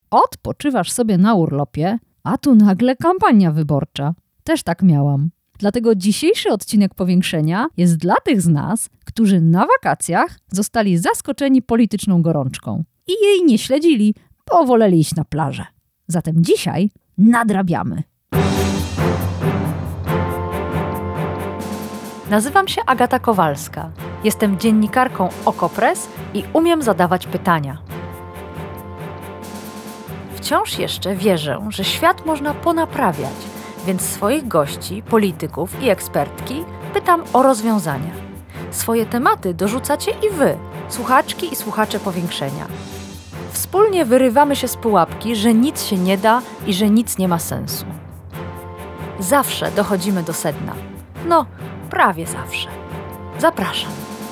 Odpoczywasz sobie na urlopie, a tu nagle kampania wyborcza. Też tak miałam. Dlatego dzisiejszy odcinek Powiększenia jest dla tych z nas, którzy na wakacjach zostali zaskoczeni polityczną gorączką i jej nie śledzili, bo woleli iść na plażę. Zatem dzisiaj nadrabiamy. Nazywam się Agata Kowalska. Jestem dziennikarką Okopres i umiem zadawać pytania. Wciąż jeszcze wierzę, że świat można ponaprawiać, więc swoich gości, polityków i ekspertki pytam o rozwiązania. Swoje tematy dorzucacie i wy, słuchaczki i słuchacze Powiększenia. Wspólnie wyrywamy się z pułapki, że nic się nie da i że nic nie ma sensu. Zawsze dochodzimy do sedna. No, prawie zawsze. Zapraszam.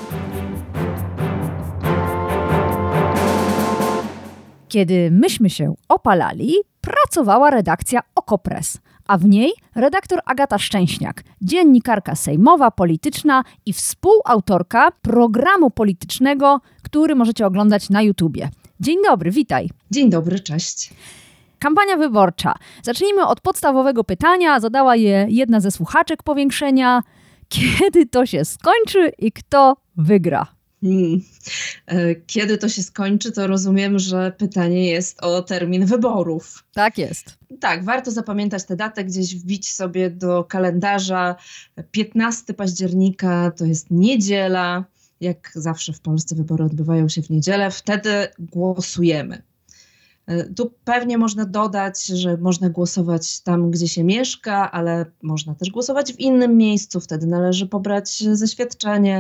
Kiedy myśmy się opalali, pracowała redakcja Okopres, a w niej redaktor Agata Szczęśniak, dziennikarka sejmowa, polityczna i współautorka programu politycznego, który możecie oglądać na YouTubie. Dzień dobry, witaj. Dzień dobry, cześć. Kampania wyborcza. Zacznijmy od podstawowego pytania. Zadała je jedna ze słuchaczek Powiększenia. Kiedy to się skończy i kto wygra? Kiedy to się skończy, to rozumiem, że pytanie jest o termin wyborów. Tak jest. Tak, warto zapamiętać tę datę, gdzieś wbić sobie do kalendarza. 15 października to jest niedziela. Jak zawsze w Polsce wybory odbywają się w niedzielę. Wtedy głosujemy. Tu pewnie można dodać, że można głosować tam, gdzie się mieszka, ale można też głosować w innym miejscu. Wtedy należy pobrać zaświadczenie.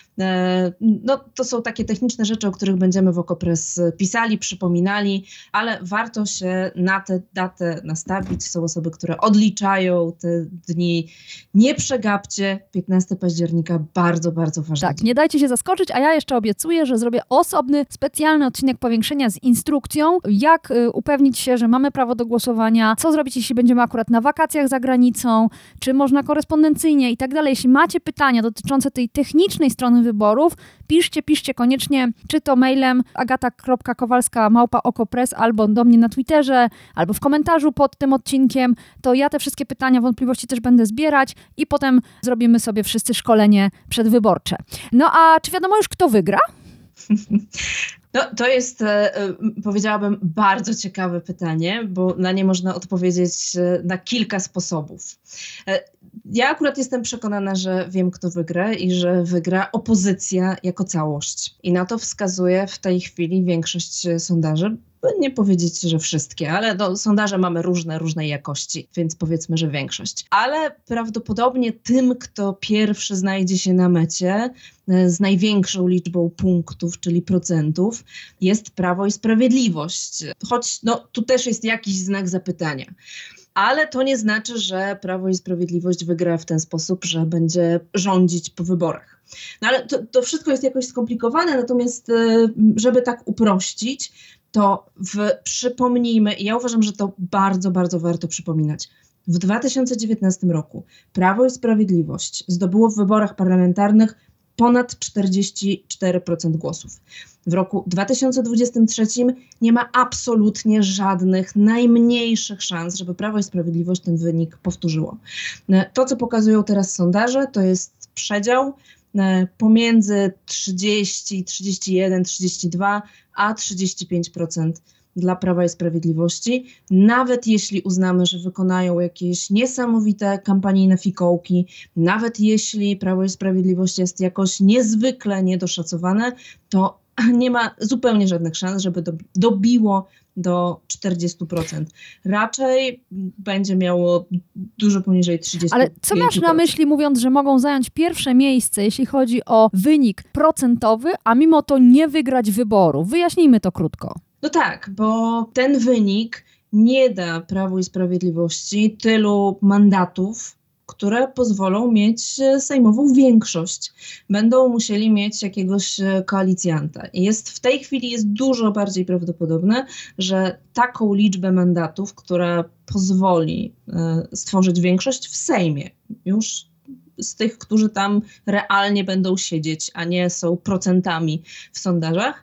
No, to są takie techniczne rzeczy, o których będziemy w Okopres pisali, przypominali, ale warto się na tę datę nastawić. Są osoby, które odliczają te dni. Nie przegapcie, 15 października, bardzo, bardzo ważny Tak, dzień. nie dajcie się zaskoczyć, a ja jeszcze obiecuję, że zrobię osobny, specjalny odcinek Powiększenia z instrukcją, jak upewnić się, że mamy prawo do głosowania, co zrobić, jeśli będziemy akurat na wakacjach za granicą, czy można korespondencyjnie i tak dalej. Jeśli macie pytania dotyczące tej technicznej strony wyborów, piszcie koniecznie, czy to mailem agata.kowalska@okopres albo do mnie na Twitterze, albo w komentarzu pod tym odcinkiem, to ja te wszystkie pytania, wątpliwości też będę zbierać i potem zrobimy sobie wszyscy szkolenie przedwyborcze. No a czy wiadomo już, kto wygra? No, to jest, powiedziałabym, bardzo ciekawe pytanie, bo na nie można odpowiedzieć na kilka sposobów. Ja akurat jestem przekonana, że wiem, kto wygra i że wygra opozycja jako całość. I na to wskazuje w tej chwili większość sondaży. Nie powiedzieć, że wszystkie, ale sondaże mamy różnej jakości, więc powiedzmy, że większość. Ale prawdopodobnie tym, kto pierwszy znajdzie się na mecie z największą liczbą punktów, czyli procentów, jest Prawo i Sprawiedliwość. Choć tu też jest jakiś znak zapytania. Ale to nie znaczy, że Prawo i Sprawiedliwość wygra w ten sposób, że będzie rządzić po wyborach. No ale to wszystko jest jakoś skomplikowane, natomiast żeby tak uprościć, to przypomnijmy, i ja uważam, że to bardzo, bardzo warto przypominać. W 2019 roku Prawo i Sprawiedliwość zdobyło w wyborach parlamentarnych ponad 44% głosów. W roku 2023 nie ma absolutnie żadnych, najmniejszych szans, żeby Prawo i Sprawiedliwość ten wynik powtórzyło. To, co pokazują teraz sondaże, to jest przedział pomiędzy 30, 31, 32 a 35% dla Prawa i Sprawiedliwości. Nawet jeśli uznamy, że wykonają jakieś niesamowite kampanijne fikołki, nawet jeśli Prawo i Sprawiedliwość jest jakoś niezwykle niedoszacowane, to nie ma zupełnie żadnych szans, żeby dobiło do 40%. Raczej będzie miało dużo poniżej 30%. Ale co masz na myśli, mówiąc, że mogą zająć pierwsze miejsce, jeśli chodzi o wynik procentowy, a mimo to nie wygrać wyboru? Wyjaśnijmy to krótko. No tak, bo ten wynik nie da Prawu i Sprawiedliwości tylu mandatów, które pozwolą mieć sejmową większość. Będą musieli mieć jakiegoś koalicjanta. I w tej chwili jest dużo bardziej prawdopodobne, że taką liczbę mandatów, która pozwoli stworzyć większość w Sejmie, już z tych, którzy tam realnie będą siedzieć, a nie są procentami w sondażach,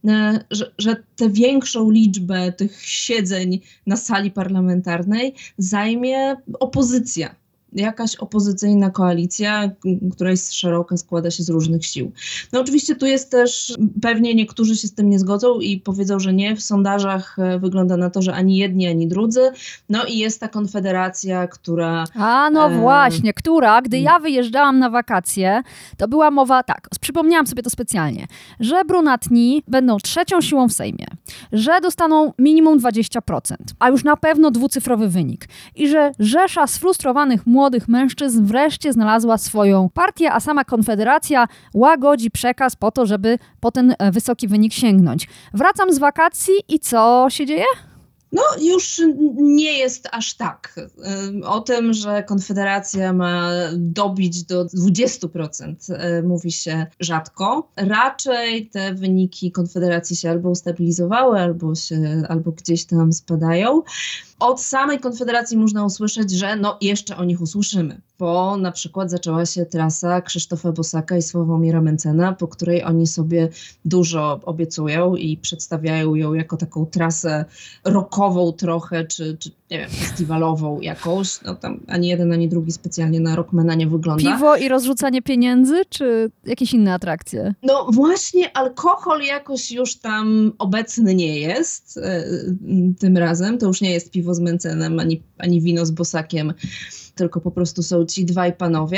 że tę większą liczbę tych siedzeń na sali parlamentarnej zajmie opozycja. Jakaś opozycyjna koalicja, która jest szeroka, składa się z różnych sił. No oczywiście tu jest też, pewnie niektórzy się z tym nie zgodzą i powiedzą, że nie. W sondażach wygląda na to, że ani jedni, ani drudzy. No i jest ta konfederacja, która... Właśnie, która, gdy ja wyjeżdżałam na wakacje, to była mowa, tak, przypomniałam sobie to specjalnie, że brunatni będą trzecią siłą w Sejmie, że dostaną minimum 20%, a już na pewno dwucyfrowy wynik i że rzesza sfrustrowanych młodych mężczyzn wreszcie znalazła swoją partię, a sama Konfederacja łagodzi przekaz po to, żeby po ten wysoki wynik sięgnąć. Wracam z wakacji i co się dzieje? No już nie jest aż tak. O tym, że Konfederacja ma dobić do 20%, mówi się rzadko. Raczej te wyniki Konfederacji się albo ustabilizowały, albo gdzieś tam spadają. Od samej Konfederacji można usłyszeć, że jeszcze o nich usłyszymy, bo na przykład zaczęła się trasa Krzysztofa Bosaka i Sławomira Mentzena, po której oni sobie dużo obiecują i przedstawiają ją jako taką trasę rockową trochę, czy nie wiem, festiwalową jakąś. No tam ani jeden, ani drugi specjalnie na rockmana nie wygląda. Piwo i rozrzucanie pieniędzy, czy jakieś inne atrakcje? No właśnie alkohol jakoś już tam obecny nie jest tym razem. To już nie jest piwo z Mentzenem, ani wino z Bosakiem, tylko po prostu są ci dwaj panowie.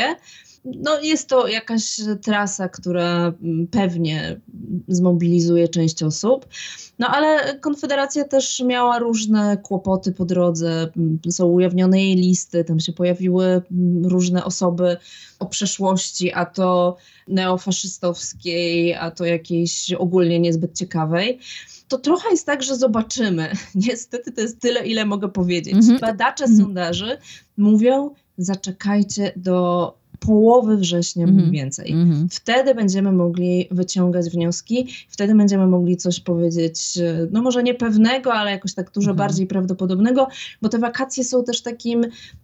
No jest to jakaś trasa, która pewnie zmobilizuje część osób, no ale Konfederacja też miała różne kłopoty po drodze, są ujawnione jej listy, tam się pojawiły różne osoby o przeszłości, a to neofaszystowskiej, a to jakiejś ogólnie niezbyt ciekawej. To trochę jest tak, że zobaczymy. Niestety to jest tyle, ile mogę powiedzieć. Badacze sondaży mówią, zaczekajcie do połowy września mniej więcej. Wtedy będziemy mogli wyciągać wnioski, wtedy będziemy mogli coś powiedzieć, no może niepewnego, ale jakoś tak dużo bardziej prawdopodobnego, bo te wakacje są też takim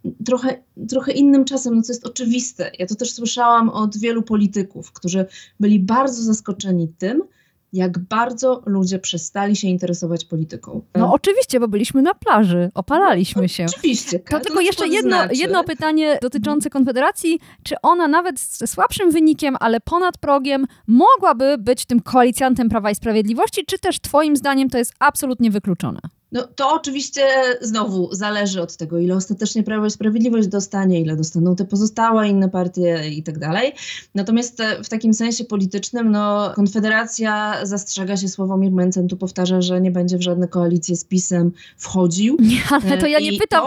trochę innym czasem, no co jest oczywiste. Ja to też słyszałam od wielu polityków, którzy byli bardzo zaskoczeni tym, jak bardzo ludzie przestali się interesować polityką. No oczywiście, bo byliśmy na plaży, opalaliśmy się. Oczywiście. To tylko jeszcze jedno pytanie dotyczące Konfederacji. Czy ona nawet ze słabszym wynikiem, ale ponad progiem mogłaby być tym koalicjantem Prawa i Sprawiedliwości, czy też twoim zdaniem to jest absolutnie wykluczone? No to oczywiście znowu zależy od tego, ile ostatecznie Prawo i Sprawiedliwość dostanie, ile dostaną te pozostałe inne partie i tak dalej. Natomiast w takim sensie politycznym, no Konfederacja zastrzega się, Sławomir Mentzen tu powtarza, że nie będzie w żadne koalicje z PiS-em wchodził. Nie, ale to ja nie pytam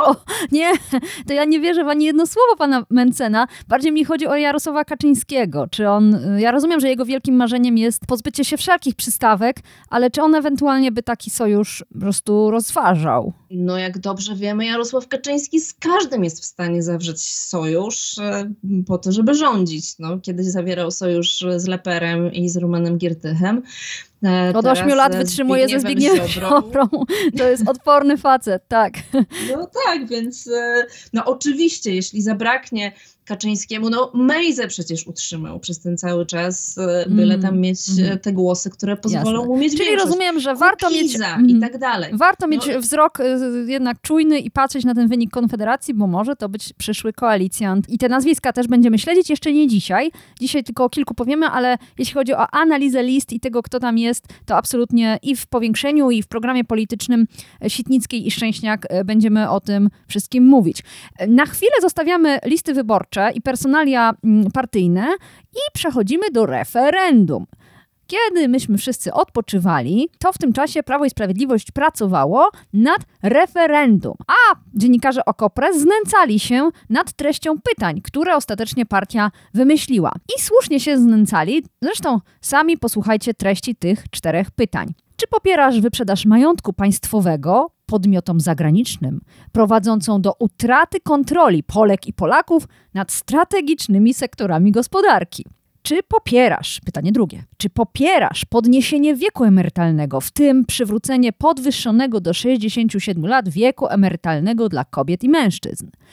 to ja nie wierzę w ani jedno słowo pana Mentzena. Bardziej mi chodzi o Jarosława Kaczyńskiego. Czy on, ja rozumiem, że jego wielkim marzeniem jest pozbycie się wszelkich przystawek, ale czy on ewentualnie by taki sojusz po prostu rozważał? No jak dobrze wiemy, Jarosław Kaczyński z każdym jest w stanie zawrzeć sojusz po to, żeby rządzić. No, kiedyś zawierał sojusz z Leperem i z Romanem Giertychem. Od 8 lat wytrzymuje ze Zbigniewem Ziobrą. To jest odporny facet, tak. No tak, więc no oczywiście, jeśli zabraknie Kaczyńskiemu, no Mejzę przecież utrzymał przez ten cały czas, byle tam mieć te głosy, które pozwolą mu mieć Czyli większość. rozumiem, że warto mieć i tak dalej. Warto mieć wzrok jednak czujny i patrzeć na ten wynik Konfederacji, bo może to być przyszły koalicjant. I te nazwiska też będziemy śledzić, jeszcze nie dzisiaj. Dzisiaj tylko o kilku powiemy, ale jeśli chodzi o analizę list i tego, kto tam jest, to absolutnie i w Powiększeniu, i w programie politycznym Sitnickiej i Szczęśniak będziemy o tym wszystkim mówić. Na chwilę zostawiamy listy wyborcze i personalia partyjne i przechodzimy do referendum. Kiedy myśmy wszyscy odpoczywali, to w tym czasie Prawo i Sprawiedliwość pracowało nad referendum, a dziennikarze OKO.press znęcali się nad treścią pytań, które ostatecznie partia wymyśliła. I słusznie się znęcali, zresztą sami posłuchajcie treści tych 4 pytań. Czy popierasz wyprzedaż majątku państwowego podmiotom zagranicznym, prowadzącą do utraty kontroli Polek i Polaków nad strategicznymi sektorami gospodarki? Czy popierasz, pytanie drugie, czy popierasz podniesienie wieku emerytalnego, w tym przywrócenie podwyższonego do 67 lat wieku emerytalnego dla kobiet i mężczyzn?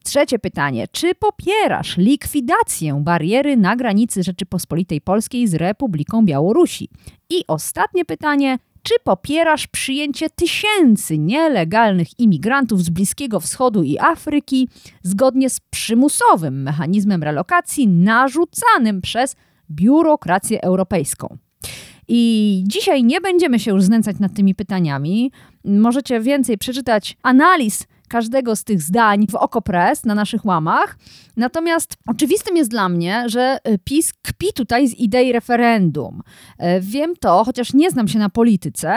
Trzecie pytanie. Czy popierasz likwidację bariery na granicy Rzeczypospolitej Polskiej z Republiką Białorusi? I ostatnie pytanie. Czy popierasz przyjęcie tysięcy nielegalnych imigrantów z Bliskiego Wschodu i Afryki zgodnie z przymusowym mechanizmem relokacji narzucanym przez biurokrację europejską? I dzisiaj nie będziemy się już znęcać nad tymi pytaniami. Możecie więcej przeczytać analiz każdego z tych zdań w Okopres na naszych łamach. Natomiast oczywistym jest dla mnie, że PiS kpi tutaj z idei referendum. Wiem to, chociaż nie znam się na polityce,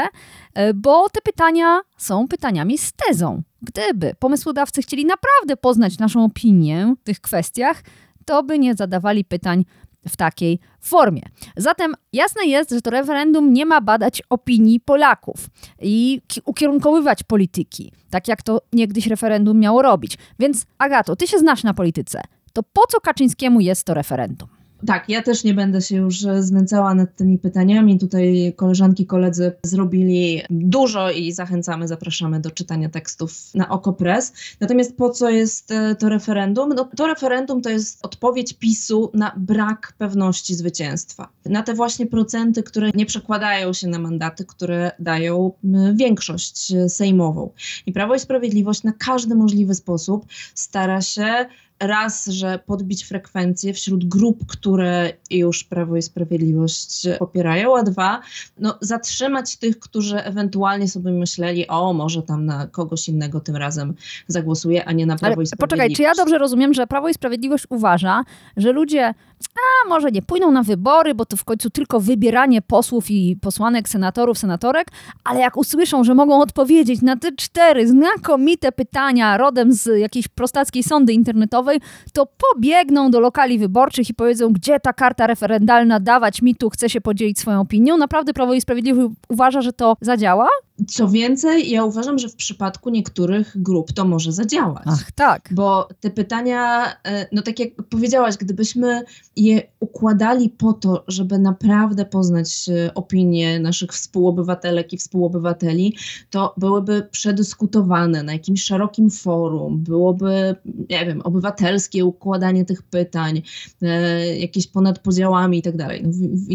bo te pytania są pytaniami z tezą. Gdyby pomysłodawcy chcieli naprawdę poznać naszą opinię w tych kwestiach, to by nie zadawali pytań w takiej formie. Zatem jasne jest, że to referendum nie ma badać opinii Polaków i ukierunkowywać polityki, tak jak to niegdyś referendum miało robić. Więc Agato, ty się znasz na polityce. To po co Kaczyńskiemu jest to referendum? Tak, ja też nie będę się już znęcała nad tymi pytaniami. Tutaj koleżanki, koledzy zrobili dużo i zapraszamy do czytania tekstów na Okopres. Natomiast po co jest to referendum? No, to referendum to jest odpowiedź PiS-u na brak pewności zwycięstwa. Na te właśnie procenty, które nie przekładają się na mandaty, które dają większość sejmową. I Prawo i Sprawiedliwość na każdy możliwy sposób stara się raz, że podbić frekwencję wśród grup, które już Prawo i Sprawiedliwość popierają, a dwa, zatrzymać tych, którzy ewentualnie sobie myśleli, może tam na kogoś innego tym razem zagłosuje, a nie na Prawo i Sprawiedliwość. Poczekaj, czy ja dobrze rozumiem, że Prawo i Sprawiedliwość uważa, że ludzie może nie pójdą na wybory, bo to w końcu tylko wybieranie posłów i posłanek, senatorów, senatorek, ale jak usłyszą, że mogą odpowiedzieć na te 4 znakomite pytania rodem z jakiejś prostackiej sondy internetowej, to pobiegną do lokali wyborczych i powiedzą, gdzie ta karta referendalna, dawać mi tu, chcę się podzielić swoją opinią. Naprawdę Prawo i Sprawiedliwość uważa, że to zadziała? Co więcej, ja uważam, że w przypadku niektórych grup to może zadziałać. Ach, tak. Bo te pytania, tak jak powiedziałaś, gdybyśmy je układali po to, żeby naprawdę poznać opinie naszych współobywatelek i współobywateli, to byłyby przedyskutowane na jakimś szerokim forum, byłoby, nie wiem, obywatelskie układanie tych pytań, jakieś ponad podziałami i tak dalej.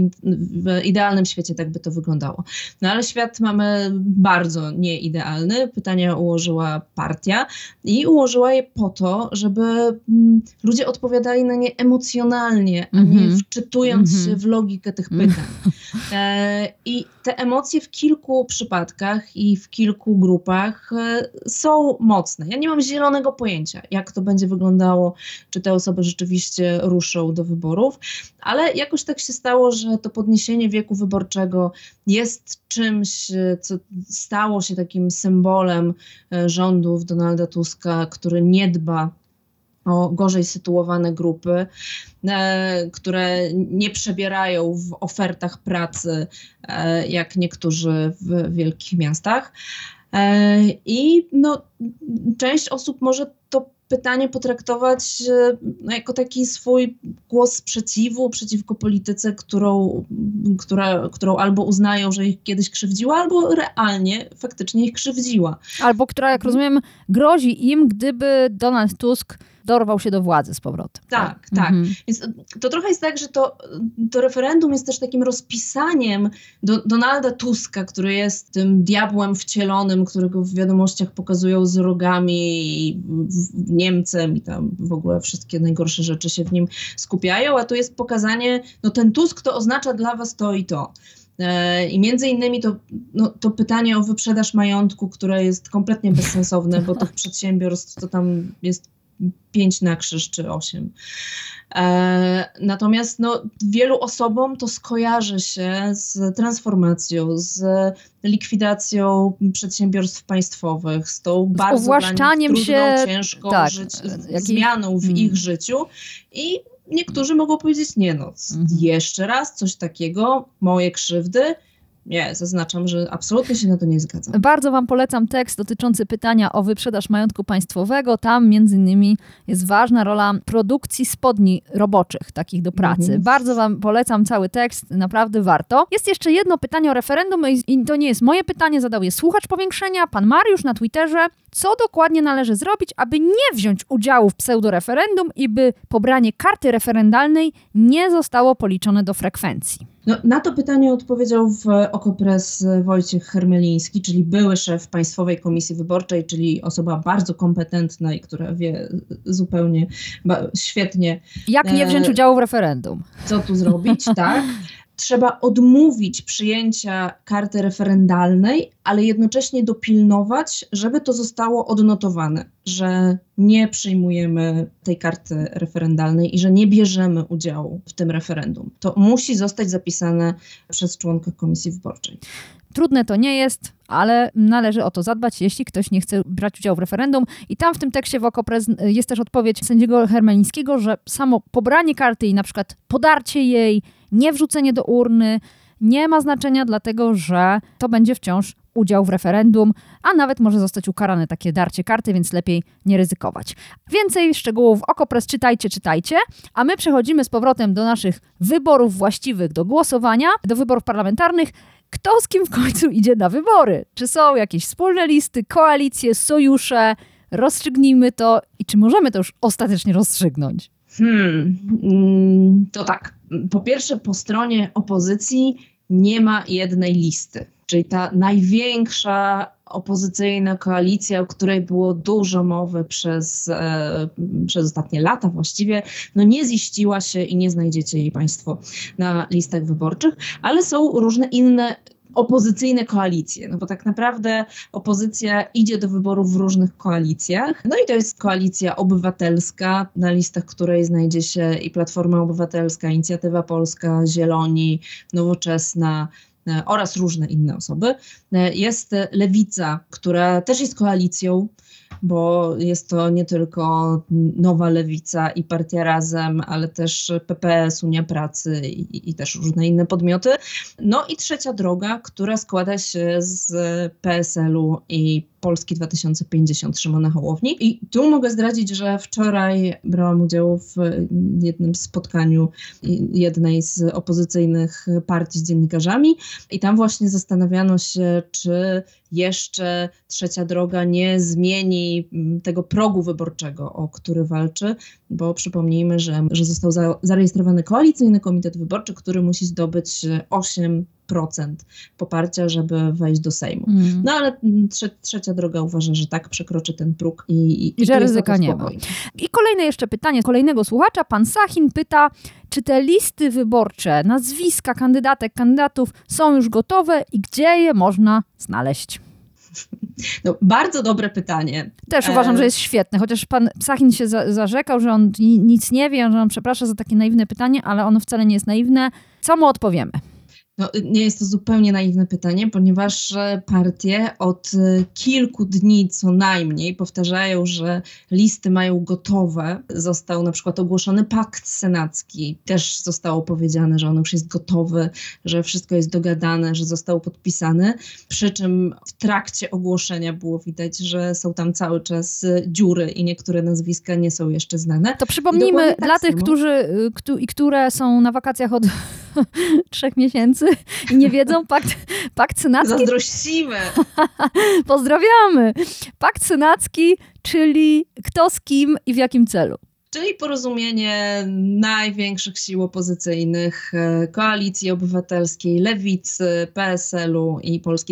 W idealnym świecie tak by to wyglądało. No ale świat mamy bardzo nieidealny. Pytania ułożyła partia i ułożyła je po to, żeby ludzie odpowiadali na nie emocjonalnie, a nie wczytując się w logikę tych pytań. I te emocje w kilku przypadkach i w kilku grupach są mocne. Ja nie mam zielonego pojęcia, jak to będzie wyglądało, czy te osoby rzeczywiście ruszą do wyborów, ale jakoś tak się stało, że to podniesienie wieku wyborczego jest czymś, co stało się takim symbolem rządów Donalda Tuska, który nie dba o gorzej sytuowane grupy, które nie przebierają w ofertach pracy jak niektórzy w wielkich miastach. I część osób może to pytanie potraktować jako taki swój głos sprzeciwu przeciwko polityce, którą albo uznają, że ich kiedyś krzywdziła, albo realnie faktycznie ich krzywdziła. Albo która, jak rozumiem, grozi im, gdyby Donald Tusk dorwał się do władzy z powrotem. Tak. Więc to trochę jest tak, że to referendum jest też takim rozpisaniem Donalda Tuska, który jest tym diabłem wcielonym, którego w wiadomościach pokazują z rogami i Niemcem i tam w ogóle wszystkie najgorsze rzeczy się w nim skupiają, a tu jest pokazanie, ten Tusk to oznacza dla was to i to. I między innymi to pytanie o wyprzedaż majątku, które jest kompletnie bezsensowne, bo tych przedsiębiorstw to tam jest 5 na krzyż czy 8. Natomiast wielu osobom to skojarzy się z transformacją, z likwidacją przedsiębiorstw państwowych, z tą bardzo uwłaszczaniem trudną, ciężką zmianą w ich życiu i niektórzy mogą powiedzieć, jeszcze raz coś takiego, moje krzywdy, Nie, zaznaczam, że absolutnie się na to nie zgadzam. Bardzo Wam polecam tekst dotyczący pytania o wyprzedaż majątku państwowego. Tam między innymi jest ważna rola produkcji spodni roboczych, takich do pracy. Bardzo Wam polecam cały tekst, naprawdę warto. Jest jeszcze jedno pytanie o referendum i to nie jest moje pytanie, zadał je słuchacz Powiększenia, pan Mariusz na Twitterze. Co dokładnie należy zrobić, aby nie wziąć udziału w pseudoreferendum i by pobranie karty referendalnej nie zostało policzone do frekwencji? No, na to pytanie odpowiedział w Okopres Wojciech Hermeliński, czyli były szef Państwowej Komisji Wyborczej, czyli osoba bardzo kompetentna i która wie zupełnie świetnie... Jak nie wziąć udziału w referendum? Co tu zrobić, tak. Trzeba odmówić przyjęcia karty referendalnej, ale jednocześnie dopilnować, żeby to zostało odnotowane, że nie przyjmujemy tej karty referendalnej i że nie bierzemy udziału w tym referendum. To musi zostać zapisane przez członka Komisji Wyborczej. Trudne to nie jest, ale należy o to zadbać, jeśli ktoś nie chce brać udziału w referendum. I tam w tym tekście w Okopres jest też odpowiedź sędziego Hermelińskiego, że samo pobranie karty i na przykład podarcie jej, nie wrzucenie do urny nie ma znaczenia, dlatego że to będzie wciąż udział w referendum, a nawet może zostać ukarane takie darcie karty, więc lepiej nie ryzykować. Więcej szczegółów Okopres czytajcie, a my przechodzimy z powrotem do naszych wyborów właściwych do głosowania, do wyborów parlamentarnych. Kto z kim w końcu idzie na wybory? Czy są jakieś wspólne listy, koalicje, sojusze? Rozstrzygnijmy to i czy możemy to już ostatecznie rozstrzygnąć? To tak. Po pierwsze, po stronie opozycji nie ma jednej listy. Czyli ta największa opozycyjna koalicja, o której było dużo mowy przez ostatnie lata właściwie, no nie ziściła się i nie znajdziecie jej Państwo na listach wyborczych, ale są różne inne opozycyjne koalicje, no bo tak naprawdę opozycja idzie do wyborów w różnych koalicjach. No i to jest koalicja obywatelska, na listach której znajdzie się i Platforma Obywatelska, Inicjatywa Polska, Zieloni, Nowoczesna, oraz różne inne osoby. Jest Lewica, która też jest koalicją, bo jest to nie tylko Nowa Lewica i Partia Razem, ale też PPS, Unia Pracy i też różne inne podmioty. No i Trzecia Droga, która składa się z PSL-u i Polski 2050 Szymona Hołowni. I tu mogę zdradzić, że wczoraj brałam udział w jednym spotkaniu jednej z opozycyjnych partii z dziennikarzami i tam właśnie zastanawiano się, czy jeszcze Trzecia Droga nie zmieni tego progu wyborczego, o który walczy, bo przypomnijmy, że został zarejestrowany koalicyjny komitet wyborczy, który musi zdobyć 8% poparcia, żeby wejść do Sejmu. No ale Trzecia Droga uważa, że tak przekroczy ten próg i że ryzyka nie ma. I kolejne jeszcze pytanie kolejnego słuchacza. Pan Sachin pyta, czy te listy wyborcze, nazwiska kandydatek, kandydatów są już gotowe i gdzie je można znaleźć? No, bardzo dobre pytanie. Też uważam, że jest świetne, chociaż pan Sachin się zarzekał, że on nic nie wie, że on przeprasza za takie naiwne pytanie, ale ono wcale nie jest naiwne. Co mu odpowiemy? No, nie jest to zupełnie naiwne pytanie, ponieważ partie od kilku dni co najmniej powtarzają, że listy mają gotowe. Został na przykład ogłoszony pakt senacki. Też zostało powiedziane, że on już jest gotowy, że wszystko jest dogadane, że został podpisany. Przy czym w trakcie ogłoszenia było widać, że są tam cały czas dziury i niektóre nazwiska nie są jeszcze znane. To przypomnijmy dla tych, które są na wakacjach od 3 miesięcy i nie wiedzą, pakt senacki... Zazdrościmy! Pozdrawiamy! Pakt senacki, czyli kto z kim i w jakim celu. Czyli porozumienie największych sił opozycyjnych, Koalicji Obywatelskiej, Lewicy, PSL-u i Polski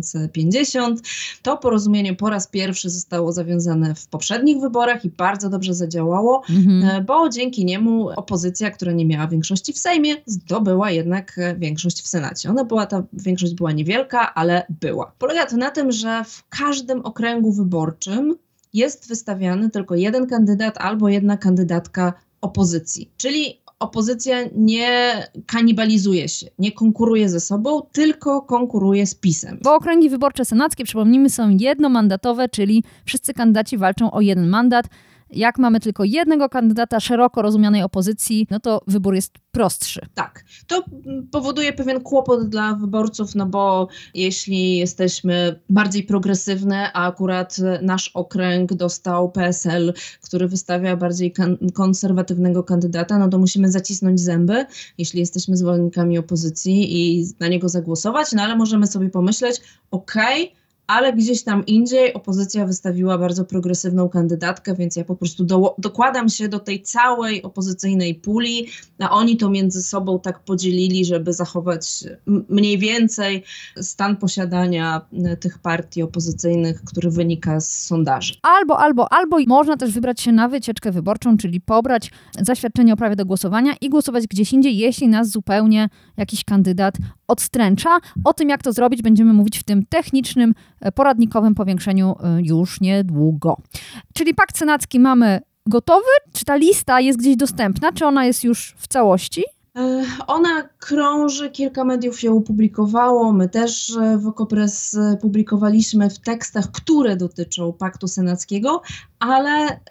2050. To porozumienie po raz pierwszy zostało zawiązane w poprzednich wyborach i bardzo dobrze zadziałało, bo dzięki niemu opozycja, która nie miała większości w Sejmie, zdobyła jednak większość w Senacie. Ta większość była niewielka, ale była. Polega to na tym, że w każdym okręgu wyborczym jest wystawiany tylko jeden kandydat albo jedna kandydatka opozycji. Czyli opozycja nie kanibalizuje się, nie konkuruje ze sobą, tylko konkuruje z PiS-em. Bo okręgi wyborcze senackie, przypomnijmy, są jednomandatowe, czyli wszyscy kandydaci walczą o jeden mandat. Jak mamy tylko jednego kandydata szeroko rozumianej opozycji, no to wybór jest prostszy. Tak, to powoduje pewien kłopot dla wyborców, no bo jeśli jesteśmy bardziej progresywne, a akurat nasz okręg dostał PSL, który wystawia bardziej konserwatywnego kandydata, no to musimy zacisnąć zęby, jeśli jesteśmy zwolennikami opozycji i na niego zagłosować, no ale możemy sobie pomyśleć, okej, ale gdzieś tam indziej opozycja wystawiła bardzo progresywną kandydatkę, więc ja po prostu dokładam się do tej całej opozycyjnej puli, a oni to między sobą tak podzielili, żeby zachować mniej więcej stan posiadania tych partii opozycyjnych, który wynika z sondaży. Albo można też wybrać się na wycieczkę wyborczą, czyli pobrać zaświadczenie o prawie do głosowania i głosować gdzieś indziej, jeśli nas zupełnie jakiś kandydat odstręcza. O tym, jak to zrobić, będziemy mówić w tym technicznym, poradnikowym powiększeniu już niedługo. Czyli pakt senacki mamy gotowy? Czy ta lista jest gdzieś dostępna? Czy ona jest już w całości? Ona krąży, kilka mediów ją opublikowało, my też w Okopres publikowaliśmy w tekstach, które dotyczą paktu senackiego, ale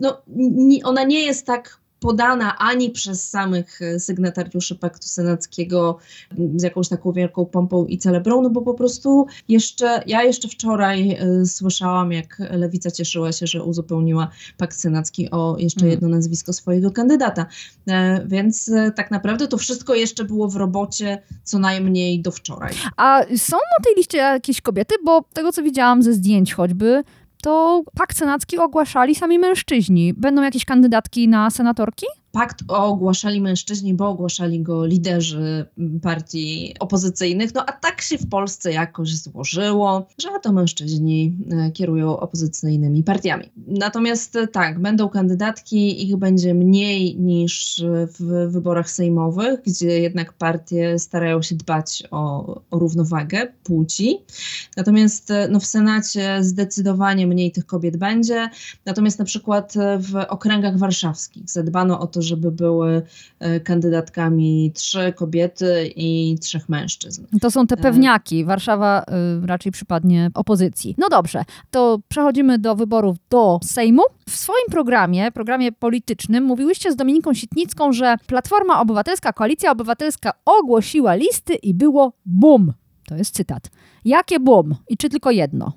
ona nie jest tak podana ani przez samych sygnatariuszy paktu senackiego z jakąś taką wielką pompą i celebrą, no bo po prostu ja jeszcze wczoraj słyszałam, jak Lewica cieszyła się, że uzupełniła pakt senacki o jeszcze jedno nazwisko swojego kandydata. Więc tak naprawdę to wszystko jeszcze było w robocie co najmniej do wczoraj. A są na tej liście jakieś kobiety? Bo tego, co widziałam ze zdjęć choćby, to pakt senacki ogłaszali sami mężczyźni. Będą jakieś kandydatki na senatorki? Pakt ogłaszali mężczyźni, bo ogłaszali go liderzy partii opozycyjnych, no a tak się w Polsce jakoś złożyło, że to mężczyźni kierują opozycyjnymi partiami. Natomiast tak, będą kandydatki, ich będzie mniej niż w wyborach sejmowych, gdzie jednak partie starają się dbać o równowagę płci. Natomiast w Senacie zdecydowanie mniej tych kobiet będzie, natomiast na przykład w okręgach warszawskich zadbano o to, żeby były kandydatkami 3 kobiety i 3 mężczyzn. To są te pewniaki. Warszawa raczej przypadnie opozycji. No dobrze, to przechodzimy do wyborów do Sejmu. W swoim programie politycznym mówiłyście z Dominiką Sitnicką, że Platforma Obywatelska, Koalicja Obywatelska ogłosiła listy i było bum. To jest cytat. Jakie bum? I czy tylko jedno?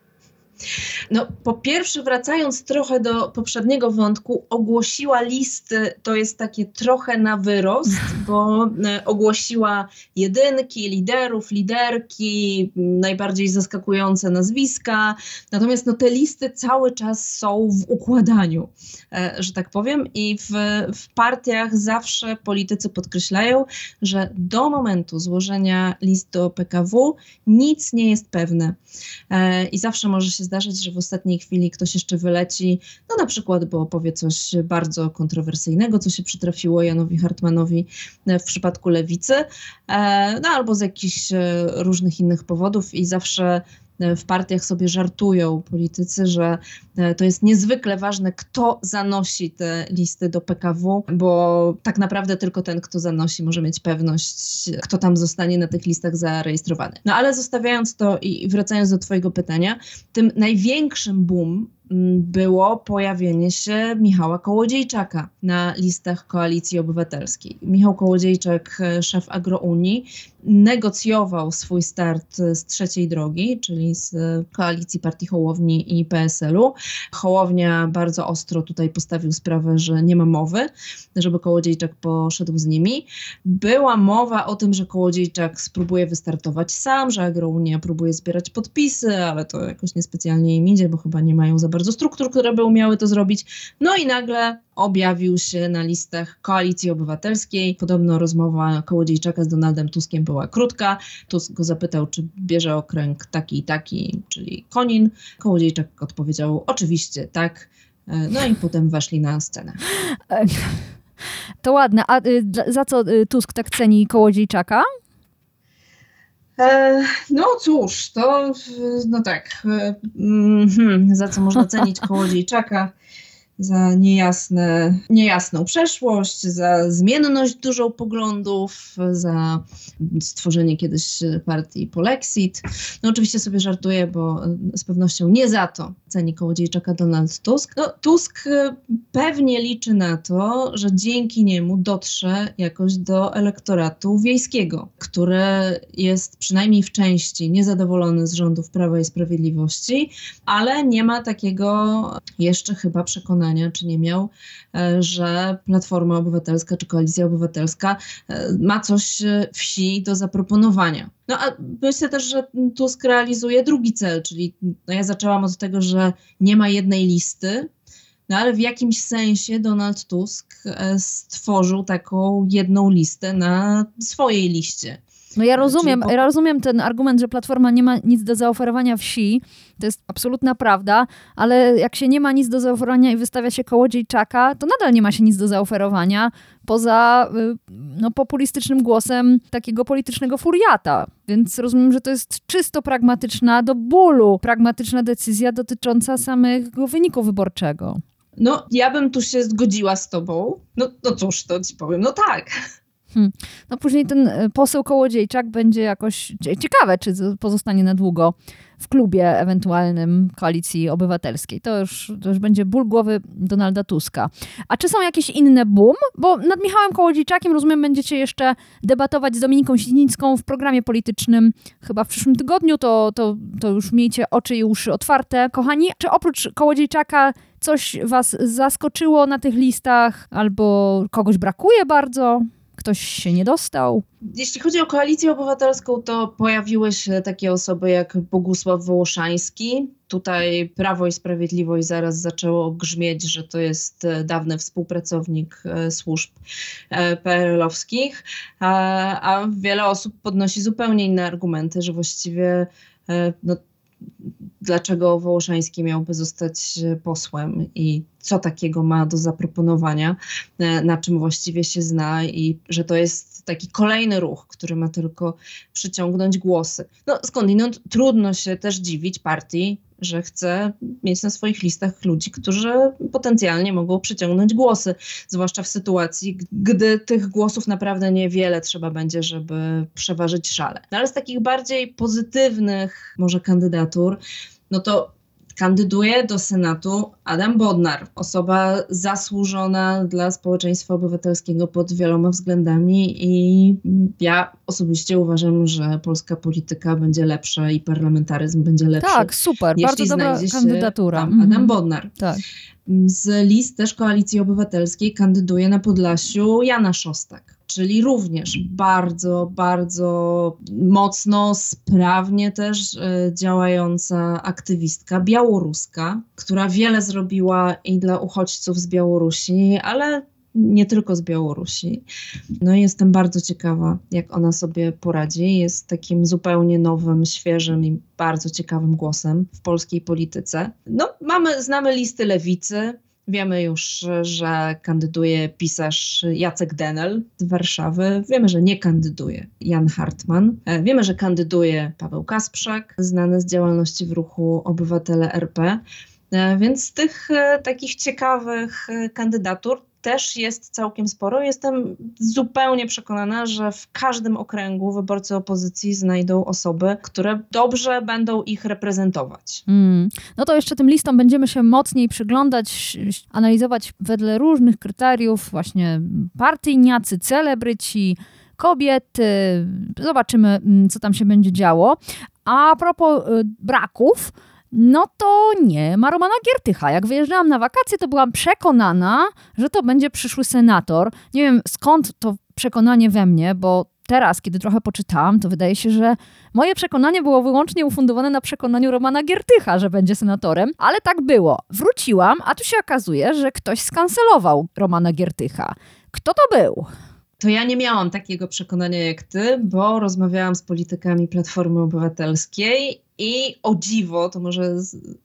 No, po pierwsze, wracając trochę do poprzedniego wątku, ogłosiła listy, to jest takie trochę na wyrost, bo ogłosiła jedynki, liderów, liderki, najbardziej zaskakujące nazwiska, natomiast te listy cały czas są w układaniu, że tak powiem, i w partiach zawsze politycy podkreślają, że do momentu złożenia list do PKW nic nie jest pewne i zawsze może się zdarzyć, że w ostatniej chwili ktoś jeszcze wyleci, na przykład, bo powie coś bardzo kontrowersyjnego, co się przytrafiło Janowi Hartmanowi w przypadku Lewicy, albo z jakichś różnych innych powodów i zawsze w partiach sobie żartują politycy, że to jest niezwykle ważne, kto zanosi te listy do PKW, bo tak naprawdę tylko ten, kto zanosi, może mieć pewność, kto tam zostanie na tych listach zarejestrowany. Ale zostawiając to i wracając do twojego pytania, tym największym boom było pojawienie się Michała Kołodziejczaka na listach Koalicji Obywatelskiej. Michał Kołodziejczak, szef Agrounii, negocjował swój start z trzeciej drogi, czyli z koalicji partii Hołowni i PSL-u. Hołownia bardzo ostro tutaj postawił sprawę, że nie ma mowy, żeby Kołodziejczak poszedł z nimi. Była mowa o tym, że Kołodziejczak spróbuje wystartować sam, że Agrounia próbuje zbierać podpisy, ale to jakoś niespecjalnie im idzie, bo chyba nie mają za bardzo struktur, które by umiały to zrobić. I nagle objawił się na listach Koalicji Obywatelskiej. Podobno rozmowa Kołodziejczaka z Donaldem Tuskiem była krótka. Tusk go zapytał, czy bierze okręg taki i taki, czyli Konin. Kołodziejczak odpowiedział, oczywiście tak. I potem weszli na scenę. To ładne. A za co Tusk tak ceni Kołodziejczaka? Cóż, to tak, za co można cenić Kołodziejczaka? za niejasną przeszłość, za zmienność dużą poglądów, za stworzenie kiedyś partii Polexit. No oczywiście sobie żartuję, bo z pewnością nie za to ceni kołodziejczaka Donald Tusk. No, Tusk pewnie liczy na to, że dzięki niemu dotrze jakoś do elektoratu wiejskiego, który jest przynajmniej w części niezadowolony z rządów Prawa i Sprawiedliwości, ale nie ma takiego jeszcze chyba przekonania, czy nie miał, że Platforma Obywatelska czy Koalicja Obywatelska ma coś wsi do zaproponowania. No a myślę też, że Tusk realizuje drugi cel, czyli ja zaczęłam od tego, że nie ma jednej listy, no ale w jakimś sensie Donald Tusk stworzył taką jedną listę na swojej liście. No ja rozumiem ten argument, że Platforma nie ma nic do zaoferowania wsi. To jest absolutna prawda, ale jak się nie ma nic do zaoferowania i wystawia się Kołodziejczaka, to nadal nie ma się nic do zaoferowania poza populistycznym głosem takiego politycznego furiata. Więc rozumiem, że to jest czysto pragmatyczna, do bólu pragmatyczna decyzja dotycząca samego wyniku wyborczego. No ja bym tu się zgodziła z tobą. No cóż, to ci powiem, no tak. No później ten poseł Kołodziejczak będzie jakoś ciekawe, czy pozostanie na długo w klubie ewentualnym Koalicji Obywatelskiej. To już będzie ból głowy Donalda Tuska. A czy są jakieś inne boom? Bo nad Michałem Kołodziejczakiem, rozumiem, będziecie jeszcze debatować z Dominiką Sienicką w programie politycznym chyba w przyszłym tygodniu. To już miejcie oczy i uszy otwarte. Kochani, czy oprócz Kołodziejczaka coś was zaskoczyło na tych listach? Albo kogoś brakuje bardzo? Ktoś się nie dostał? Jeśli chodzi o Koalicję Obywatelską, to pojawiły się takie osoby jak Bogusław Wołoszański. Tutaj Prawo i Sprawiedliwość zaraz zaczęło grzmieć, że to jest dawny współpracownik służb PRL-owskich, a wiele osób podnosi zupełnie inne argumenty, że właściwie dlaczego Wołoszański miałby zostać posłem i co takiego ma do zaproponowania, na czym właściwie się zna i że to jest taki kolejny ruch, który ma tylko przyciągnąć głosy. No skądinąd trudno się też dziwić partii, że chce mieć na swoich listach ludzi, którzy potencjalnie mogą przyciągnąć głosy, zwłaszcza w sytuacji, gdy tych głosów naprawdę niewiele trzeba będzie, żeby przeważyć szale. No ale z takich bardziej pozytywnych może kandydatur, no to kandyduje do Senatu Adam Bodnar, osoba zasłużona dla społeczeństwa obywatelskiego pod wieloma względami i ja osobiście uważam, że polska polityka będzie lepsza i parlamentaryzm będzie lepszy. Tak, super, bardzo dobra kandydatura. Tam Adam Bodnar. Tak. Z list też Koalicji Obywatelskiej kandyduje na Podlasiu Jana Szostak, czyli również bardzo, bardzo mocno, sprawnie też działająca aktywistka białoruska, która wiele zrobiła i dla uchodźców z Białorusi, ale nie tylko z Białorusi. No i jestem bardzo ciekawa, jak ona sobie poradzi. Jest takim zupełnie nowym, świeżym i bardzo ciekawym głosem w polskiej polityce. No, znamy listy lewicy. Wiemy już, że kandyduje pisarz Jacek Denel z Warszawy. Wiemy, że nie kandyduje Jan Hartman. Wiemy, że kandyduje Paweł Kasprzak, znany z działalności w ruchu Obywatele RP. Więc z tych takich ciekawych kandydatur też jest całkiem sporo. Jestem zupełnie przekonana, że w każdym okręgu wyborcy opozycji znajdą osoby, które dobrze będą ich reprezentować. No to jeszcze tym listom będziemy się mocniej przyglądać, analizować wedle różnych kryteriów, właśnie partyjniacy, celebryci, kobiety. Zobaczymy, co tam się będzie działo. A propos braków, no to nie ma Romana Giertycha. Jak wyjeżdżałam na wakacje, to byłam przekonana, że to będzie przyszły senator. Nie wiem, skąd to przekonanie we mnie, bo teraz, kiedy trochę poczytałam, to wydaje się, że moje przekonanie było wyłącznie ufundowane na przekonaniu Romana Giertycha, że będzie senatorem, ale tak było. Wróciłam, a tu się okazuje, że ktoś skancelował Romana Giertycha. Kto to był? To ja nie miałam takiego przekonania jak ty, bo rozmawiałam z politykami Platformy Obywatelskiej i o dziwo, to może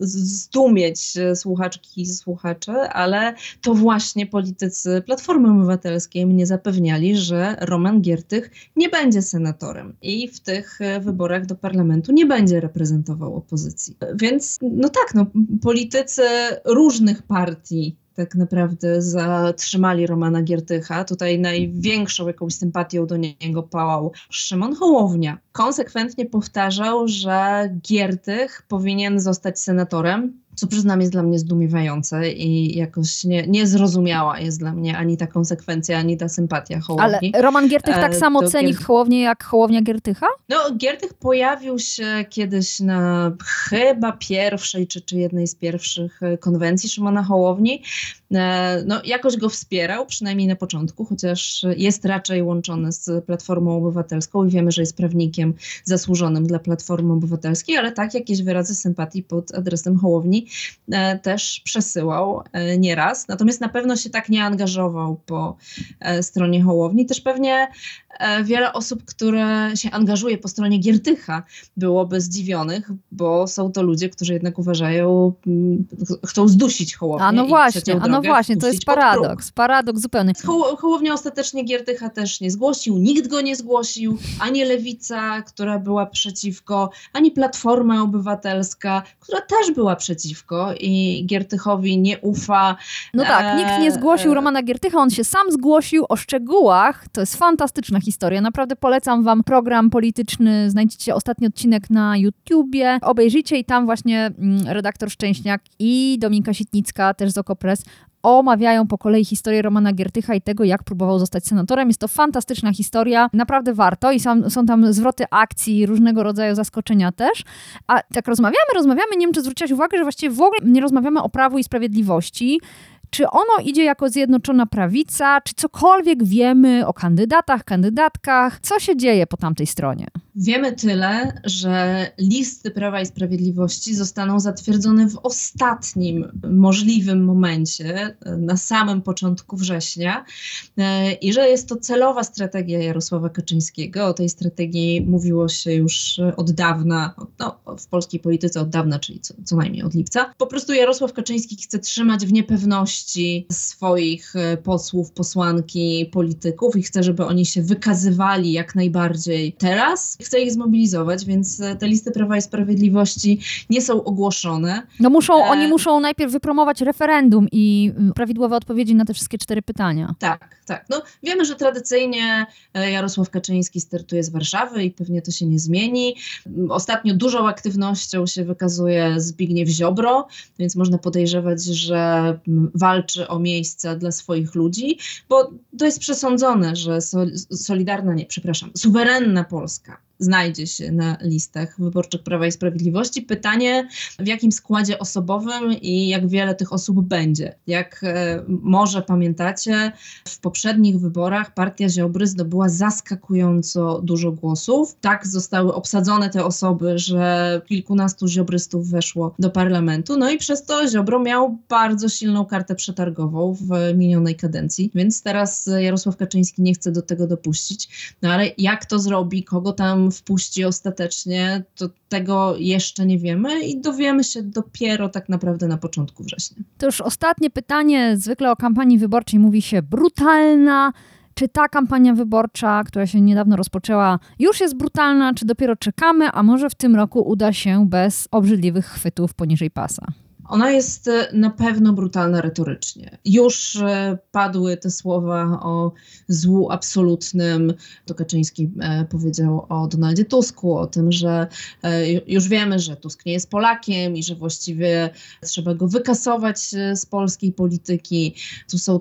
zdumieć słuchaczki i słuchacze, ale to właśnie politycy Platformy Obywatelskiej mnie zapewniali, że Roman Giertych nie będzie senatorem i w tych wyborach do parlamentu nie będzie reprezentował opozycji. Więc politycy różnych partii tak naprawdę zatrzymali Romana Giertycha. Tutaj największą jakąś sympatią do niego pałał Szymon Hołownia. Konsekwentnie powtarzał, że Giertych powinien zostać senatorem, co przyznam jest dla mnie zdumiewające i jakoś niezrozumiała jest dla mnie ani ta konsekwencja, ani ta sympatia Hołowni. Ale Roman Giertych tak samo ceni Hołownię jak Hołownia Giertycha? No, Giertych pojawił się kiedyś na chyba pierwszej czy jednej z pierwszych konwencji Szymona Hołowni. No, jakoś go wspierał, przynajmniej na początku, chociaż jest raczej łączony z Platformą Obywatelską i wiemy, że jest prawnikiem zasłużonym dla Platformy Obywatelskiej, ale tak jakieś wyrazy sympatii pod adresem Hołowni też przesyłał nieraz. Natomiast na pewno się tak nie angażował po stronie Hołowni. Też pewnie wiele osób, które się angażuje po stronie Giertycha, byłoby zdziwionych, bo są to ludzie, którzy jednak uważają, chcą zdusić Hołownię. A no właśnie, to jest paradoks zupełny. Hołownia ostatecznie Giertycha też nie zgłosił, nikt go nie zgłosił, ani Lewica, która była przeciwko, ani Platforma Obywatelska, która też była przeciwko i Giertychowi nie ufa. No tak, nikt nie zgłosił Romana Giertycha, on się sam zgłosił. O szczegółach, to jest fantastyczna historia. Naprawdę polecam wam program polityczny, znajdziecie ostatni odcinek na YouTubie, obejrzyjcie i tam właśnie redaktor Szczęśniak i Dominika Sitnicka, też z Okopres, omawiają po kolei historię Romana Giertycha i tego, jak próbował zostać senatorem. Jest to fantastyczna historia, naprawdę warto i są tam zwroty akcji, różnego rodzaju zaskoczenia też. A tak rozmawiamy, nie wiem, czy zwróciłaś uwagę, że właściwie w ogóle nie rozmawiamy o Prawu i Sprawiedliwości. Czy ono idzie jako Zjednoczona Prawica? Czy cokolwiek wiemy o kandydatach, kandydatkach? Co się dzieje po tamtej stronie? Wiemy tyle, że listy Prawa i Sprawiedliwości zostaną zatwierdzone w ostatnim możliwym momencie, na samym początku września i że jest to celowa strategia Jarosława Kaczyńskiego. O tej strategii mówiło się już od dawna, w polskiej polityce od dawna, czyli co najmniej od lipca. Po prostu Jarosław Kaczyński chce trzymać w niepewności swoich posłów, posłanki, polityków i chce, żeby oni się wykazywali jak najbardziej teraz. Chce ich zmobilizować, więc te listy Prawa i Sprawiedliwości nie są ogłoszone. No oni muszą najpierw wypromować referendum i prawidłowe odpowiedzi na te wszystkie 4 pytania. Tak. No, wiemy, że tradycyjnie Jarosław Kaczyński startuje z Warszawy i pewnie to się nie zmieni. Ostatnio dużą aktywnością się wykazuje Zbigniew Ziobro, więc można podejrzewać, że walczy o miejsca dla swoich ludzi, bo to jest przesądzone, że suwerenna Polska znajdzie się na listach wyborczych Prawa i Sprawiedliwości. Pytanie, w jakim składzie osobowym i jak wiele tych osób będzie. Jak może pamiętacie, w poprzednich wyborach partia Ziobry zdobyła zaskakująco dużo głosów. Tak zostały obsadzone te osoby, że kilkunastu ziobrystów weszło do parlamentu. No i przez to Ziobro miał bardzo silną kartę przetargową w minionej kadencji, więc teraz Jarosław Kaczyński nie chce do tego dopuścić. No ale jak to zrobi, kogo tam wpuści ostatecznie, to tego jeszcze nie wiemy i dowiemy się dopiero tak naprawdę na początku września. To już ostatnie pytanie. Zwykle o kampanii wyborczej mówi się brutalna. Czy ta kampania wyborcza, która się niedawno rozpoczęła, już jest brutalna, czy dopiero czekamy, a może w tym roku uda się bez obrzydliwych chwytów poniżej pasa? Ona jest na pewno brutalna retorycznie. Już padły te słowa o złu absolutnym. To Kaczyński powiedział o Donaldzie Tusku, o tym, że już wiemy, że Tusk nie jest Polakiem i że właściwie trzeba go wykasować z polskiej polityki. Tu są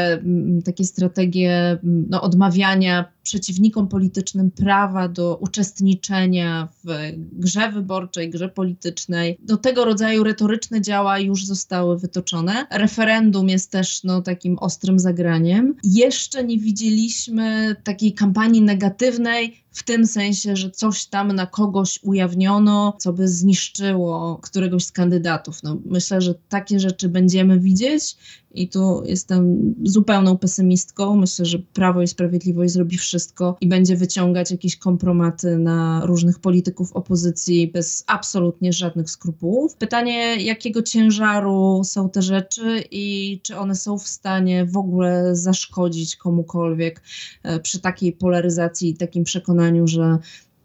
takie strategie odmawiania przeciwnikom politycznym prawa do uczestniczenia w grze wyborczej, grze politycznej. Do tego rodzaju retoryczne działa już zostały wytoczone. Referendum jest też takim ostrym zagraniem. Jeszcze nie widzieliśmy takiej kampanii negatywnej, w tym sensie, że coś tam na kogoś ujawniono, co by zniszczyło któregoś z kandydatów. Myślę, że takie rzeczy będziemy widzieć i tu jestem zupełną pesymistką. Myślę, że Prawo i Sprawiedliwość zrobi wszystko i będzie wyciągać jakieś kompromaty na różnych polityków opozycji bez absolutnie żadnych skrupułów. Pytanie, jakiego ciężaru są te rzeczy i czy one są w stanie w ogóle zaszkodzić komukolwiek przy takiej polaryzacji i takim przekonaniu, że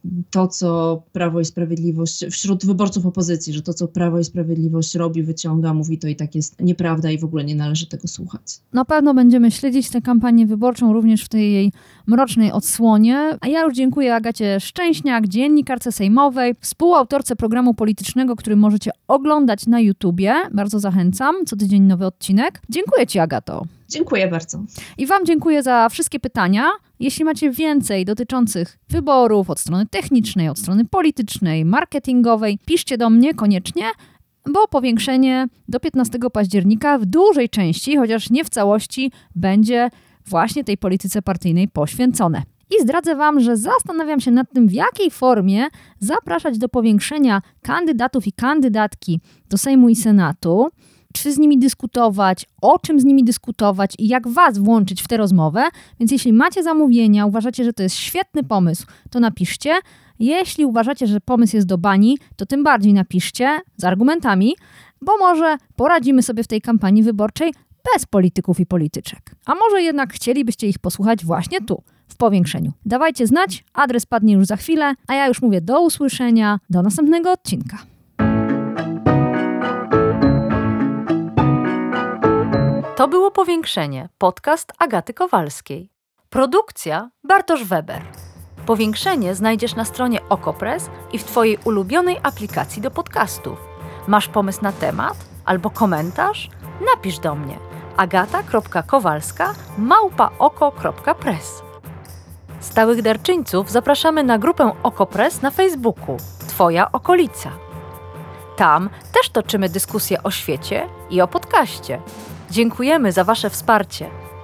to, co Prawo i Sprawiedliwość, wśród wyborców opozycji, że to, co Prawo i Sprawiedliwość robi, wyciąga, mówi, to i tak jest nieprawda i w ogóle nie należy tego słuchać. Na pewno będziemy śledzić tę kampanię wyborczą również w tej jej mrocznej odsłonie. A ja już dziękuję Agacie Szczęśniak, dziennikarce sejmowej, współautorce programu politycznego, który możecie oglądać na YouTubie. Bardzo zachęcam, co tydzień nowy odcinek. Dziękuję Ci, Agato. Dziękuję bardzo. I Wam dziękuję za wszystkie pytania. Jeśli macie więcej dotyczących wyborów od strony technicznej, od strony politycznej, marketingowej, piszcie do mnie koniecznie, bo powiększenie do 15 października w dużej części, chociaż nie w całości, będzie właśnie tej polityce partyjnej poświęcone. I zdradzę Wam, że zastanawiam się nad tym, w jakiej formie zapraszać do powiększenia kandydatów i kandydatki do Sejmu i Senatu, czy z nimi dyskutować, o czym z nimi dyskutować i jak Was włączyć w tę rozmowę. Więc jeśli macie zamówienia, uważacie, że to jest świetny pomysł, to napiszcie. Jeśli uważacie, że pomysł jest do bani, to tym bardziej napiszcie z argumentami, bo może poradzimy sobie w tej kampanii wyborczej bez polityków i polityczek. A może jednak chcielibyście ich posłuchać właśnie tu, w powiększeniu. Dawajcie znać, adres padnie już za chwilę, a ja już mówię do usłyszenia, do następnego odcinka. To było Powiększenie, podcast Agaty Kowalskiej. Produkcja Bartosz Weber. Powiększenie znajdziesz na stronie Okopress i w Twojej ulubionej aplikacji do podcastów. Masz pomysł na temat albo komentarz? Napisz do mnie agata.kowalska@oko.press. Stałych darczyńców zapraszamy na grupę Okopress na Facebooku Twoja okolica. Tam też toczymy dyskusje o świecie i o podcaście. Dziękujemy za Wasze wsparcie.